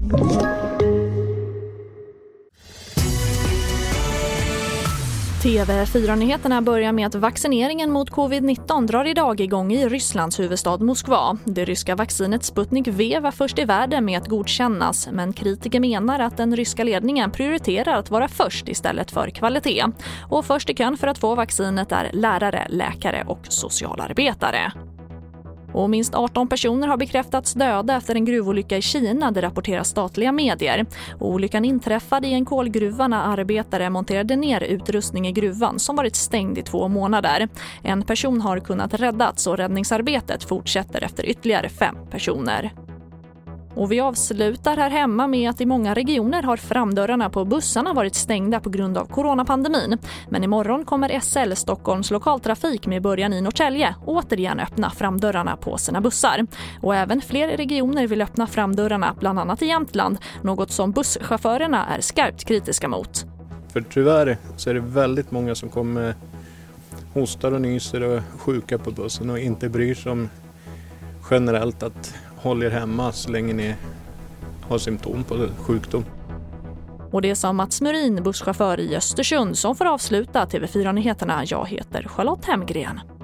TV4-nyheterna börjar med att vaccineringen mot covid-19 drar idag igång i Rysslands huvudstad Moskva. Det ryska vaccinet Sputnik V var först i världen med att godkännas, men kritiker menar att den ryska ledningen prioriterar att vara först istället för kvalitet. Och först i kön för att få vaccinet är lärare, läkare och socialarbetare. Och minst 18 personer har bekräftats döda efter en gruvolycka i Kina, det rapporterar statliga medier. Och olyckan inträffade i en kolgruva när arbetare monterade ner utrustning i gruvan som varit stängd i 2 månader. En person har kunnat räddats och räddningsarbetet fortsätter efter ytterligare 5 personer. Och vi avslutar här hemma med att i många regioner har framdörrarna på bussarna varit stängda på grund av coronapandemin. Men imorgon kommer SL, Stockholms lokaltrafik med början i Norrtälje, återigen öppna framdörrarna på sina bussar. Och även fler regioner vill öppna framdörrarna, bland annat i Jämtland, något som busschaufförerna är skarpt kritiska mot. För tyvärr så är det väldigt många som kommer hostar och nyser och sjuka på bussen och inte bryr sig om generellt att håll er hemma så länge ni har symptom på sjukdom. Och det är som Mats Murin, busschaufför i Östersund, som får avsluta TV4-nyheterna. Jag heter Charlotte Hemgren.